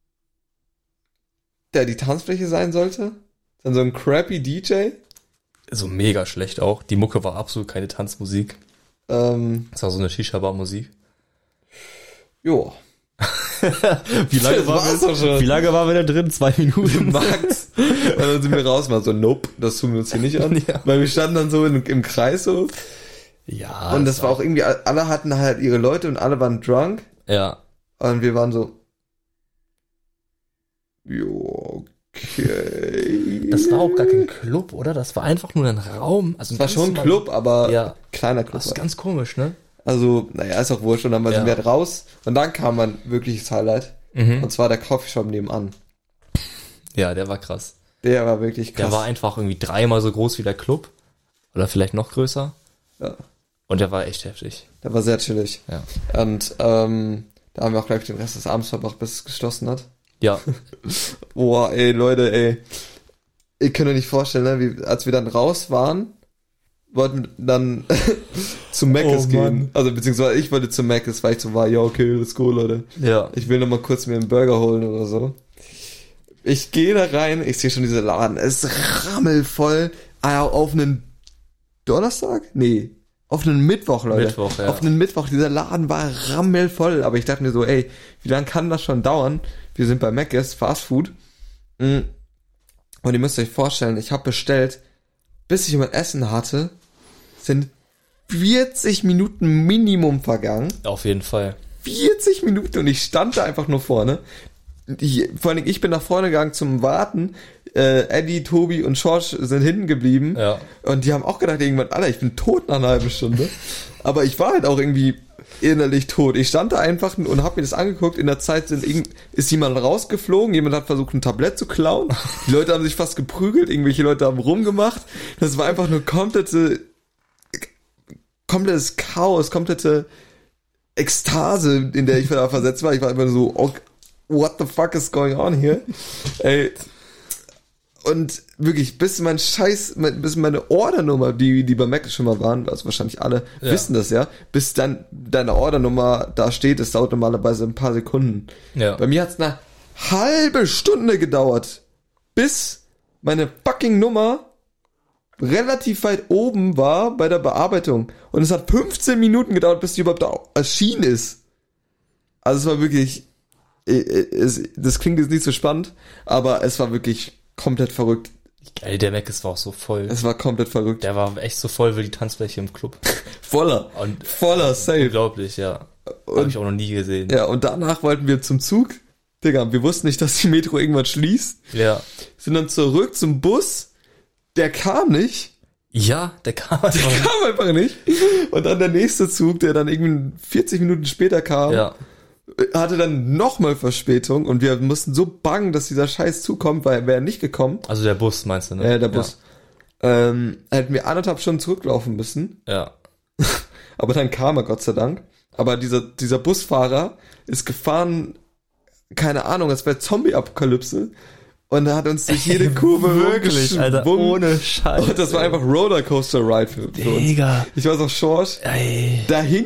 der die Tanzfläche sein sollte. Dann so ein crappy DJ. So mega schlecht auch. Die Mucke war absolut keine Tanzmusik. Das war so eine Shisha-Bar-Musik. Jo. Wie lange waren wir da drin? 2 Minuten? Max. Und dann sind wir raus, mal so, nope, das tun wir uns hier nicht an. Ja. Weil wir standen dann so im Kreis so. Ja. Und das war auch irgendwie, alle hatten halt ihre Leute und alle waren drunk. Ja. Und wir waren so, jo, okay. Das war auch gar kein Club, oder? Das war einfach nur ein Raum. Also das war schon ein Club, aber kleiner Club. Das ist ganz komisch, ne? Also, naja, ist auch wurscht. Und dann sind wir halt raus. Und dann kam ein wirkliches Highlight. Und zwar der Coffeeshop nebenan. Ja, der war krass. Der war wirklich krass. Der war einfach irgendwie 3-mal so groß wie der Club. Oder vielleicht noch größer. Ja. Und der war echt heftig. Der war sehr chillig. Ja. Und da haben wir auch gleich den Rest des Abends verbracht, bis es geschlossen hat. Ja. Boah, ey, Leute, ey. Ich kann mir nicht vorstellen, ne, als wir dann raus waren, wollten dann zu Mc's gehen. Also beziehungsweise ich wollte zu Mc's, weil ich so war, ja okay, let's go, Leute. Ja. Ich will noch mal kurz mir einen Burger holen oder so. Ich gehe da rein, ich sehe schon diese Laden, es ist rammelvoll. Auf einen Donnerstag? Nee, auf einen Mittwoch, Leute. Mittwoch, ja. Auf einen Mittwoch, dieser Laden war rammelvoll. Aber ich dachte mir so, ey, wie lange kann das schon dauern? Wir sind bei Mc's, Fast Food. Und ihr müsst euch vorstellen, ich habe bestellt, bis ich mein Essen hatte, sind 40 Minuten Minimum vergangen. Auf jeden Fall. 40 Minuten und ich stand da einfach nur vorne. vor allem, ich bin nach vorne gegangen zum Warten. Eddie, Tobi und George sind hinten geblieben. Ja. Und die haben auch gedacht, irgendwann, Alter, ich bin tot nach einer halben Stunde. Aber ich war halt auch irgendwie innerlich tot. Ich stand da einfach und habe mir das angeguckt. In der Zeit ist jemand rausgeflogen, jemand hat versucht, ein Tablett zu klauen. Die Leute haben sich fast geprügelt, irgendwelche Leute haben rumgemacht. Das war einfach nur komplettes Chaos, komplette Ekstase, in der ich da versetzt war. Ich war einfach so, oh, what the fuck is going on here? Ey. Und wirklich, bis meine Ordernummer, die bei Mac schon mal waren, also wahrscheinlich alle wissen das ja, bis dann deine Ordernummer da steht, das dauert normalerweise ein paar Sekunden. Ja. Bei mir hat's eine halbe Stunde gedauert, bis meine fucking Nummer relativ weit oben war bei der Bearbeitung. Und es hat 15 Minuten gedauert, bis die überhaupt da erschienen ist. Also es war wirklich, das klingt jetzt nicht so spannend, aber es war wirklich komplett verrückt. Ey, der Mac war auch so voll. Es war komplett verrückt. Der war echt so voll wie die Tanzfläche im Club. Voller, safe. Unglaublich, ja. Habe ich auch noch nie gesehen. Ja, und danach wollten wir zum Zug. Digga, wir wussten nicht, dass die Metro irgendwann schließt. Ja. Sind dann zurück zum Bus. Der kam nicht. Ja, der kam einfach nicht. Und dann der nächste Zug, der dann irgendwie 40 Minuten später kam, hatte dann nochmal Verspätung und wir mussten so bangen, dass dieser Scheiß zukommt, weil er wäre nicht gekommen. Also der Bus meinst du, ne? Der Bus. Hätten wir 1,5 Stunden zurücklaufen müssen. Ja. Aber dann kam er, Gott sei Dank. Aber dieser Busfahrer ist gefahren, keine Ahnung, es wäre Zombie-Apokalypse. Und er hat uns durch jede Kurve wirklich, Alter, ohne Scheiß. Und das war einfach Rollercoaster-Ride für uns. Mega. Ich weiß auch, George, da hing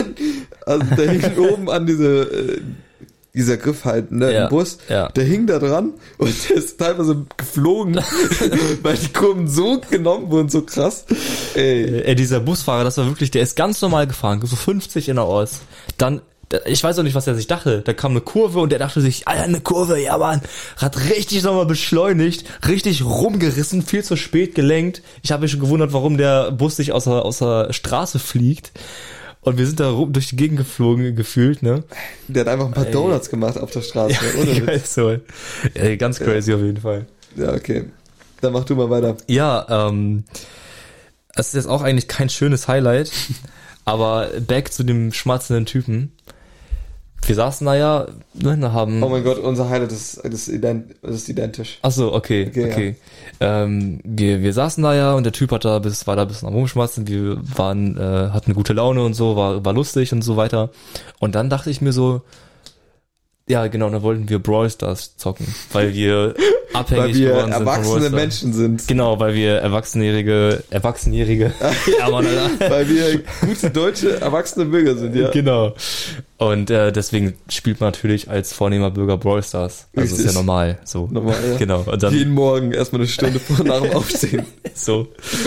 oben an dieser Griff halt, ne, im Bus, der hing da dran und der ist teilweise geflogen, weil die Kurven so genommen wurden, so krass. Ey, dieser Busfahrer, das war wirklich, der ist ganz normal gefahren, so 50 in der Ors. Dann, ich weiß auch nicht, was er sich dachte. Da kam eine Kurve und er dachte sich, Alter, eine Kurve, ja Mann, hat richtig nochmal beschleunigt, richtig rumgerissen, viel zu spät gelenkt. Ich habe mich schon gewundert, warum der Bus sich aus der Straße fliegt. Und wir sind da durch die Gegend geflogen, gefühlt, ne? Der hat einfach ein paar Donuts gemacht auf der Straße. Ja, ich weiß so. Ey, ganz crazy auf jeden Fall. Ja, okay. Dann mach du mal weiter. Ja, es ist jetzt auch eigentlich kein schönes Highlight, aber back zu dem schmatzenden Typen. Wir saßen da ja, ne, haben... Oh mein Gott, unser Highlight ist identisch. Ach so, okay. Ja. Wir saßen da ja und der Typ war da ein bisschen am Rumschmatzen. Wir hatten eine gute Laune und so, war lustig und so weiter. Und dann dachte ich mir so, ja genau, dann wollten wir Brawl Stars zocken, weil wir abhängig geworden sind. Weil wir erwachsene Menschen sind. Genau, weil wir erwachsenjährige ja, Mann, Alter. Weil wir gute deutsche erwachsene Bürger sind, ja. Genau. Und deswegen spielt man natürlich als vornehmer Bürger Brawl Stars. Also ist ja normal. So. Normal, ja. Genau. Und dann, jeden Morgen erstmal eine Stunde nach dem Aufstehen. so.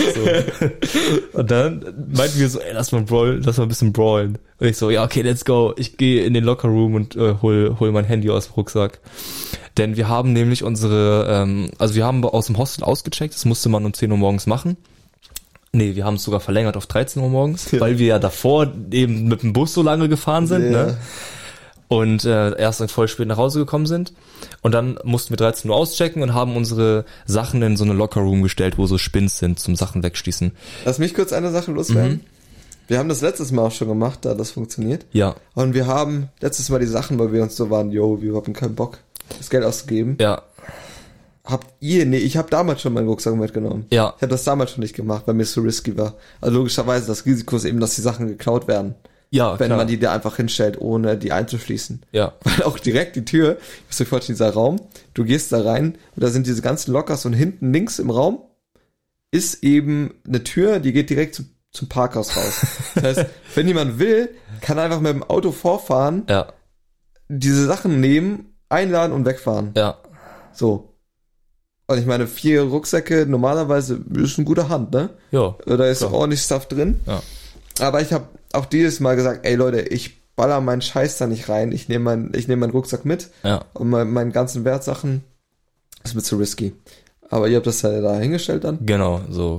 Und dann meinten wir so, ey, lass mal ein bisschen brawlen. Und ich so, ja, okay, let's go. Ich gehe in den Lockerroom und hol mein Handy aus dem Rucksack. Denn wir haben nämlich wir haben aus dem Hostel ausgecheckt, das musste man um 10 Uhr morgens machen. Nee, wir haben es sogar verlängert auf 13 Uhr morgens, weil wir ja davor eben mit dem Bus so lange gefahren sind, ne? Und erst dann voll spät nach Hause gekommen sind. Und dann mussten wir 13 Uhr auschecken und haben unsere Sachen in so eine Lockerroom gestellt, wo so Spins sind zum Sachen wegschließen. Lass mich kurz eine Sache loswerden. Wir haben das letztes Mal auch schon gemacht, da das funktioniert. Ja. Und wir haben letztes Mal die Sachen, weil wir uns so waren, wir haben keinen Bock, das Geld auszugeben. Ja. Ich habe damals schon meinen Rucksack mitgenommen. Ja. Ich habe das damals schon nicht gemacht, weil mir es so risky war. Also logischerweise das Risiko ist eben, dass die Sachen geklaut werden. Ja, wenn klar. man die da einfach hinstellt, ohne die einzuschließen. Ja. Weil auch direkt die Tür, ich muss dir vorstellen, dieser Raum, du gehst da rein und da sind diese ganzen Lockers und hinten links im Raum ist eben eine Tür, die geht direkt zum Parkhaus raus. Das heißt, wenn jemand will, kann er einfach mit dem Auto vorfahren, diese Sachen nehmen, einladen und wegfahren. Ja. So. Und ich meine, 4 Rucksäcke normalerweise ist eine gute Hand, ne? Ja. Da ist auch ordentlich Stuff drin. Ja. Aber ich habe auch dieses Mal gesagt, ey Leute, ich baller meinen Scheiß da nicht rein. Ich nehme meinen Rucksack mit. Ja. Und meine ganzen Wertsachen ist mir zu risky. Aber ihr habt das ja da hingestellt dann. Genau, so.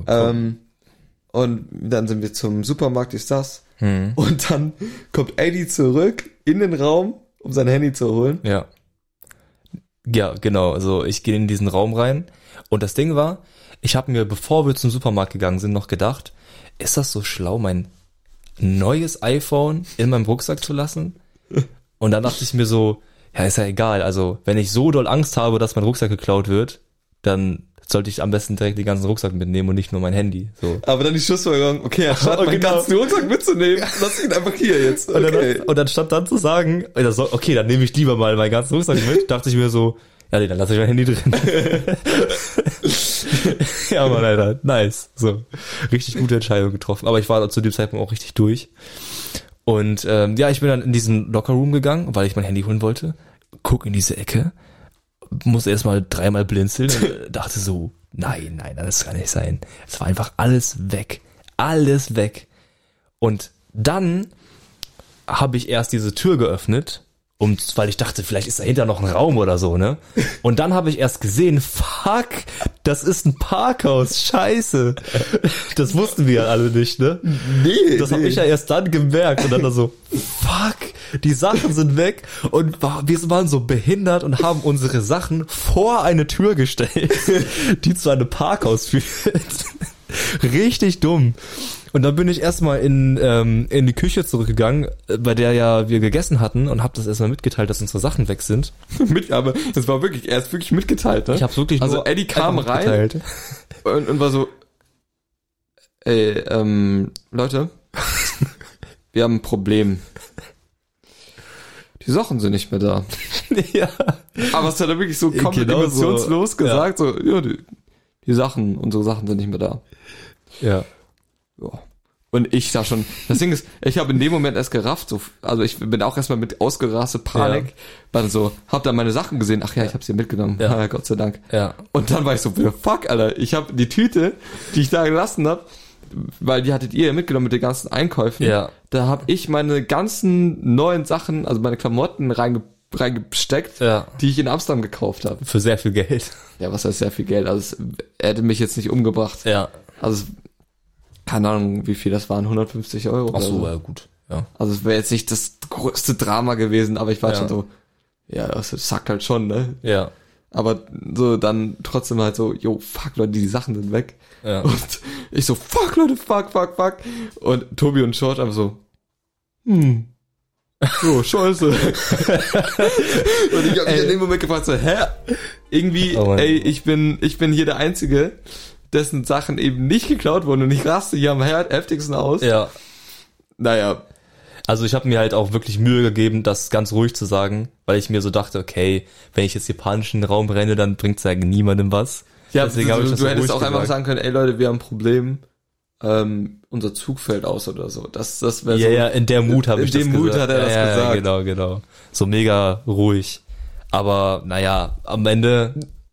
Und dann sind wir zum Supermarkt, ist das. Und dann kommt Eddie zurück in den Raum, um sein Handy zu holen. Ja. Ja, genau. Also ich gehe in diesen Raum rein und das Ding war, ich habe mir, bevor wir zum Supermarkt gegangen sind, noch gedacht, ist das so schlau, mein neues iPhone in meinem Rucksack zu lassen? Und dann dachte ich mir so, ja, ist ja egal. Also wenn ich so doll Angst habe, dass mein Rucksack geklaut wird, dann sollte ich am besten direkt den ganzen Rucksack mitnehmen und nicht nur mein Handy. So. Aber dann die Schlussfolgerung, okay, anstatt meinen ganzen Rucksack mitzunehmen, lass ihn einfach hier jetzt. Okay. Und dann statt dann zu sagen, okay, dann nehme ich lieber mal meinen ganzen Rucksack mit, dachte ich mir so, ja, nee, dann lasse ich mein Handy drin. Ja, Mann, Alter, nice. So, richtig gute Entscheidung getroffen. Aber ich war zu dem Zeitpunkt auch richtig durch. Und ja, ich bin dann in diesen Lockerroom gegangen, weil ich mein Handy holen wollte. Guck in diese Ecke, muss erstmal 3-mal blinzeln und dachte so, nein, das kann nicht sein. Es war einfach alles weg. Alles weg. Und dann habe ich erst diese Tür geöffnet, weil ich dachte, vielleicht ist dahinter noch ein Raum oder so, ne? Und dann habe ich erst gesehen, fuck, das ist ein Parkhaus, scheiße. Das wussten wir ja alle nicht, ne? Nee. Das habe ich ja erst dann gemerkt und dann so, fuck, die Sachen sind weg und wir waren so behindert und haben unsere Sachen vor eine Tür gestellt, die zu einem Parkhaus führt. Richtig dumm. Und dann bin ich erstmal in die Küche zurückgegangen, bei der ja wir gegessen hatten und habe das erstmal mitgeteilt, dass unsere Sachen weg sind. Aber das war wirklich, er ist wirklich mitgeteilt, ne? Ich hab's wirklich also nur Eddie kam rein und war so, Leute, wir haben ein Problem. Die Sachen sind nicht mehr da. Ja. Aber es hat er wirklich so komplett Genau emotionslos so, gesagt, so, ja, die Sachen, unsere Sachen sind nicht mehr da. Ja. Ja. Und ich da schon, das Ding ist, ich habe in dem Moment erst gerafft, so, also ich bin auch erstmal mit ausgerastet, Panik, dann so, hab dann meine Sachen gesehen, ach ja, ich hab's hier mitgenommen, Ja. Gott sei Dank. Ja. Und dann war ich so, fuck, Alter, ich habe die Tüte, die ich da gelassen hab, weil die hattet ihr mitgenommen mit den ganzen Einkäufen, Ja. da habe ich meine ganzen neuen Sachen, also meine Klamotten reingesteckt, Ja. die ich in Amsterdam gekauft habe. Für sehr viel Geld. Ja, was heißt sehr viel Geld, also er hätte mich jetzt nicht umgebracht. Ja. Also keine Ahnung, wie viel das waren, 150 Euro. Ach so, oder ja gut. Ja. Also es wäre jetzt nicht das größte Drama gewesen, aber ich war Ja. schon so, ja, das sagt halt schon, ne? Ja. Aber so dann trotzdem halt so, yo, fuck Leute, die Sachen sind weg. Ja. Und ich so, fuck Leute, fuck. Und Tobi und George einfach so, so, scheiße. Und ich hab mich in dem Moment gefragt so, irgendwie, ich bin hier der Einzige, dessen Sachen eben nicht geklaut wurden und ich raste hier am heftigsten aus. Ja. Naja. Also ich habe mir halt auch wirklich Mühe gegeben, das ganz ruhig zu sagen, weil ich mir so dachte, okay, wenn ich jetzt hier panisch in den Raum renne, dann bringt's ja niemandem was. Ja, deswegen habe ich das du so hättest ruhig auch einfach gesagt. sagen können, ey Leute, wir haben ein Problem, unser Zug fällt aus oder so. Das wäre Ja, so. ja, in der Mut habe ich das In gesagt. dem Mut hat er das gesagt. Ja, genau. So mega ruhig. Aber naja, am Ende...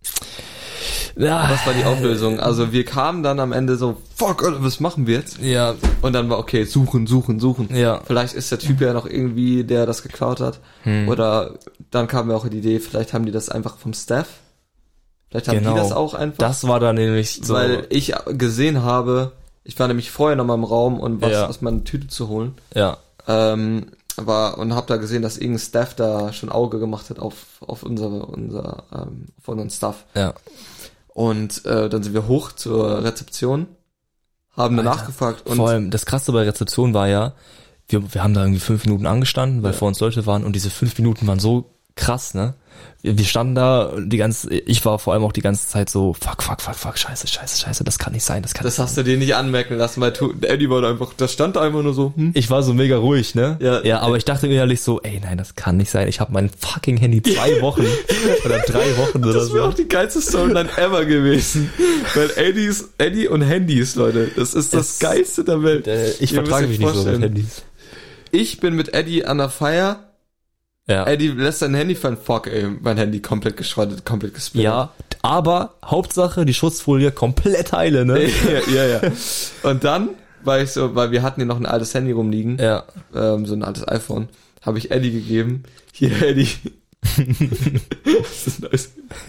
Ja. Das war die Auflösung. Also wir kamen dann am Ende so, fuck, Alter, was machen wir jetzt? Ja. Und dann war okay, suchen. Ja. Vielleicht ist der Typ ja noch irgendwie, der das geklaut hat. Oder dann kam mir auch die Idee, vielleicht haben die das einfach vom Staff. Vielleicht haben die das auch einfach. Das war dann nämlich so. Weil ich gesehen habe, ich war nämlich vorher noch mal im Raum und was aus meiner Tüte zu holen. Ja. Und hab da gesehen, dass irgendein Staff da schon Auge gemacht hat auf unseren Stuff. Ja. Und dann sind wir hoch zur Rezeption, haben danach gefragt. Und vor allem, das Krasse bei Rezeption war ja, wir haben da irgendwie 5 Minuten angestanden, weil vor uns Leute waren und diese 5 Minuten waren so krass, ne? Wir standen da ich war vor allem auch die ganze Zeit so, fuck, scheiße, das kann nicht sein, das hast du dir nicht anmerken lassen, weil Eddie war da einfach, das stand da einfach nur so, Ich war so mega ruhig, ne? Ja, aber ich dachte mir ehrlich so, ey, nein, das kann nicht sein. Ich habe mein fucking Handy 2 Wochen oder 3 Wochen oder Das so. wäre auch die geilste Storyline ever gewesen. Weil Eddie und Handys, Leute, das ist das Geilste der Welt. Ich vertrage mich nicht so mit Handys. Ich bin mit Eddie an der Feier. Ja. Eddie lässt sein Handy fallen. Fuck, ey, mein Handy komplett geschrottet, komplett gesplittert. Ja, aber Hauptsache die Schutzfolie komplett heile, ne? Ja. Und dann war ich so, weil wir hatten hier noch ein altes Handy rumliegen. Ja. So ein altes iPhone. Habe ich Eddie gegeben. Hier, Eddie. Das ist nice.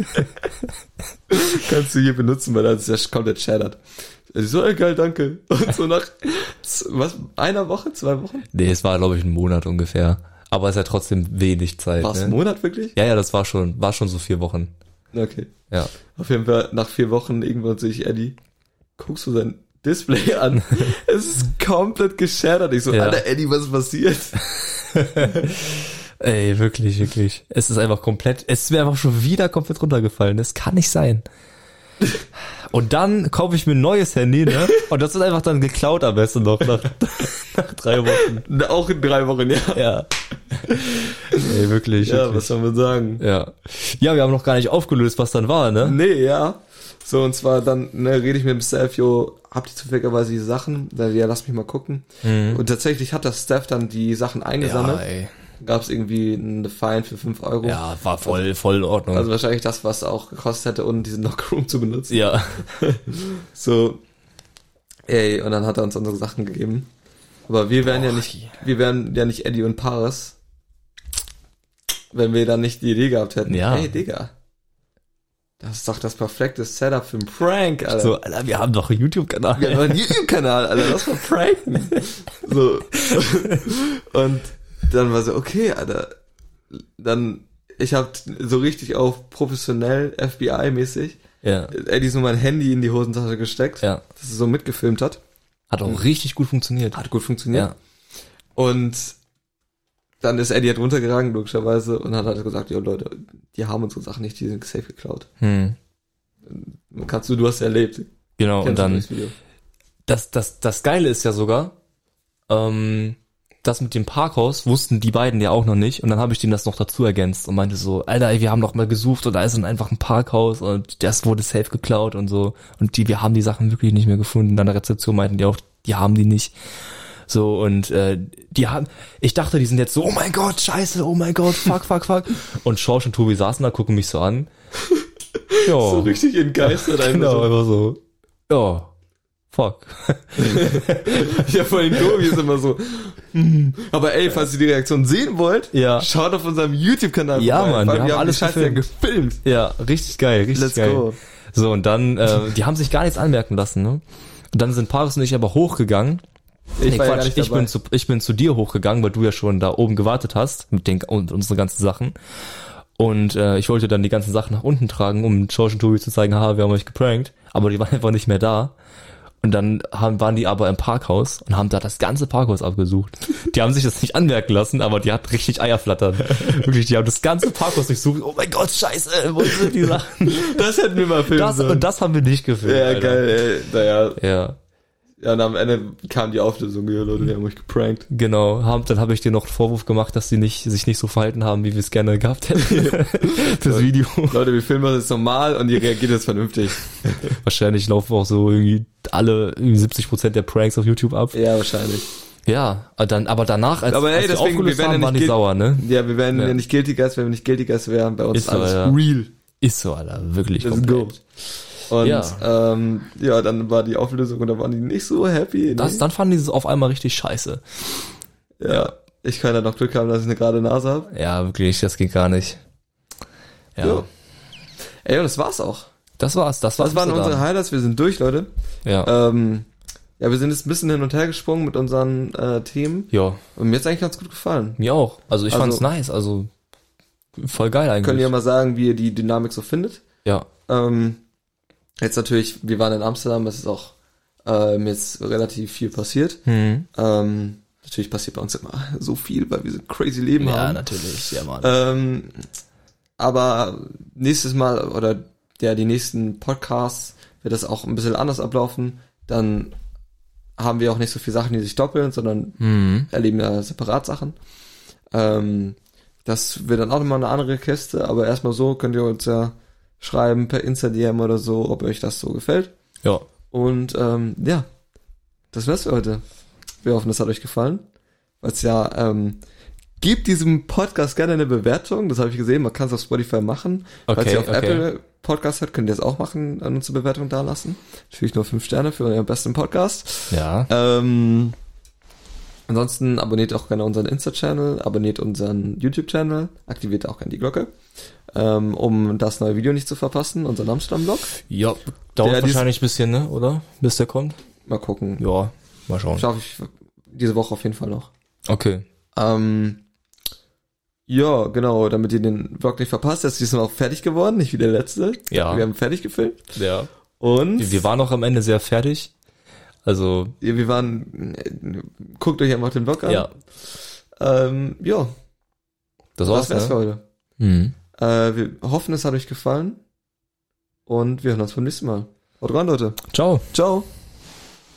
Kannst du hier benutzen, weil das ist ja komplett shattert. So, ey, geil, danke. Und so nach, 1 Woche, 2 Wochen? Nee, es war, glaube ich, ein Monat ungefähr. Aber es ist ja trotzdem wenig Zeit. War es ne? ein Monat wirklich? Ja, das war schon so 4 Wochen. Okay. Ja. Auf jeden Fall, nach 4 Wochen irgendwann sehe ich Eddie, guckst du sein Display an. Es ist komplett geshattert. Ich so, Ja. Alter, Eddie, was ist passiert? Ey, wirklich, wirklich. Es ist mir einfach schon wieder komplett runtergefallen. Das kann nicht sein. Und dann kaufe ich mir ein neues Handy, ne? Und das ist einfach dann geklaut am besten noch nach 3 Wochen. Auch in 3 Wochen, ja. Ja. Ey, wirklich, Ja, wirklich. was soll man sagen? Ja. Ja, wir haben noch gar nicht aufgelöst, was dann war, ne? Nee, ja. So, und zwar dann rede ich mit dem Staff, habt ihr zufälligerweise die Sachen? Ja, lass mich mal gucken. Und tatsächlich hat das Staff dann die Sachen eingesammelt. Ja, ey. Gab es irgendwie eine Fine für 5 Euro. Ja, war voll in Ordnung. Also wahrscheinlich das, was auch gekostet hätte, um diesen Lockroom zu benutzen. ja. So, ey, und dann hat er uns unsere Sachen gegeben. Aber wir wären ja nicht Eddie und Paris, wenn wir dann nicht die Idee gehabt hätten. Ja. Ey, Digga. Das ist doch das perfekte Setup für einen Prank, Alter. So, Alter, wir haben doch einen YouTube-Kanal. Wir haben einen YouTube-Kanal, Alter, das war pranken. So. Und dann war so, okay, Alter. Ich hab so richtig auf professionell, FBI-mäßig, Ja. Eddie so mein Handy in die Hosentasche gesteckt, Ja. dass es so mitgefilmt hat. Hat auch richtig gut funktioniert. Hat gut funktioniert. Ja. Und dann ist Eddie halt runtergegangen, logischerweise, und hat halt gesagt, ja Leute, die haben unsere Sachen nicht, die sind safe geklaut. Hm. Du hast ja erlebt. Genau, und Kennst du dann, das Video? das Geile ist ja sogar, das mit dem Parkhaus wussten die beiden ja auch noch nicht und dann habe ich denen das noch dazu ergänzt und meinte so, Alter, ey, wir haben noch mal gesucht und da ist dann einfach ein Parkhaus und das wurde safe geklaut und so und wir haben die Sachen wirklich nicht mehr gefunden. An der Rezeption meinten die auch, die haben die nicht. So und ich dachte, die sind jetzt so, oh mein Gott, scheiße, oh mein Gott, fuck. Und Schorsch und Tobi saßen da, gucken mich so an. Ja. So richtig entgeistert einfach Genau, so. einfach so. Ja. Fuck. Ja, vor allem Tobi ist immer so. Aber ey, falls ihr die Reaktion sehen wollt, Ja. schaut auf unserem YouTube-Kanal Ja, vorbei, Mann, weil wir haben alles die Scheiße ja gefilmt. Ja, richtig geil, richtig Let's geil. go. So, und dann, die haben sich gar nichts anmerken lassen, ne? Und dann sind Paris und ich aber hochgegangen. Ich war ja gar nicht dabei. Ich bin zu dir hochgegangen, weil du ja schon da oben gewartet hast mit und unsere ganzen Sachen. Und ich wollte dann die ganzen Sachen nach unten tragen, um George und Tobi zu zeigen, haha, wir haben euch geprankt. Aber die waren einfach nicht mehr da. Und dann waren die aber im Parkhaus und haben da das ganze Parkhaus abgesucht. Die haben sich das nicht anmerken lassen, aber die hat richtig Eierflattern. Wirklich, die haben das ganze Parkhaus durchsucht. Oh mein Gott, scheiße, wo sind die Sachen? Das hätten wir mal filmen sollen. Und das haben wir nicht gefilmt. Ja, Alter. geil, ey. Naja. Ja, Ja, und am Ende kam die Auflösung, ja Leute, wir haben euch geprankt. genau. Dann habe ich dir noch einen Vorwurf gemacht, dass sie sich nicht so verhalten haben, wie wir es gerne gehabt hätten. Das Video. Leute, wir filmen das jetzt normal und ihr reagiert jetzt vernünftig. Wahrscheinlich laufen auch so irgendwie 70% der Pranks auf YouTube ab. Ja, wahrscheinlich. Ja, aber danach, als Aber ey, wir deswegen, aufgelöst wir werden haben, ja waren nicht die sauer, ne? Ja, wir wären Ja. ja nicht guilty guys, wenn wir nicht guilty guys wären. Bei uns Ist ist so, alles ja. real. Ist so, Alter. Wirklich Let's komplett. Und Ja. ja, dann war die Auflösung und da waren die nicht so happy. Ne? Dann fanden die es auf einmal richtig scheiße. Ja. Ich kann ja noch Glück haben, dass ich eine gerade Nase habe. Ja, wirklich, das geht gar nicht. Ja. Ey, und das war's auch. Das war's. Das Das waren unsere Highlights, wir sind durch, Leute. Ja. Ja, wir sind jetzt ein bisschen hin und her gesprungen mit unseren Themen. Ja. Und mir hat's eigentlich ganz gut gefallen. Mir auch. Also ich Also- fand's nice. Also voll geil eigentlich. Könnt ihr mal sagen, wie ihr die Dynamik so findet. Ja. Jetzt natürlich, wir waren in Amsterdam, es ist auch jetzt relativ viel passiert. Mhm. Natürlich passiert bei uns immer so viel, weil wir so ein crazy Leben Ja, haben. natürlich. Ja, Mann. Aber nächstes Mal oder die nächsten Podcasts wird das auch ein bisschen anders ablaufen. Dann haben wir auch nicht so viele Sachen, die sich doppeln, sondern erleben ja separat Sachen. Das wird dann auch nochmal eine andere Kiste, aber erstmal so könnt ihr uns ja schreiben per Insta-DM oder so, ob euch das so gefällt. Ja. Und ja, das wär's für heute. Wir hoffen, das hat euch gefallen. Weil's ja, gebt diesem Podcast gerne eine Bewertung. Das habe ich gesehen, man kann es auf Spotify machen. Falls ihr auf Apple Podcast hört, könnt ihr es auch machen, an uns eine Bewertung dalassen. Natürlich nur 5 Sterne für euren besten Podcast. Ja. Ansonsten abonniert auch gerne unseren Insta-Channel, abonniert unseren YouTube-Channel, aktiviert auch gerne die Glocke, um das neue Video nicht zu verpassen, unseren Amsterdam-Blog. Ja. Dauert Der wahrscheinlich ein bisschen, ne? Oder? Bis der kommt? Mal gucken. Ja. Mal schauen. Schaffe ich diese Woche auf jeden Fall noch. Okay. Ja, genau, damit ihr den Vlog nicht verpasst. Er ist diesmal auch fertig geworden, nicht wie der letzte. Ja. Wir haben fertig gefilmt. Ja. Und Wir waren auch am Ende sehr fertig. Also. ja, wir waren, guckt euch einfach den Vlog an. Ja. Ja. Das war's, wär's ne? für heute. Mhm. Wir hoffen, es hat euch gefallen. Und wir hören uns beim nächsten Mal. Haut rein, Leute. Ciao. Ciao.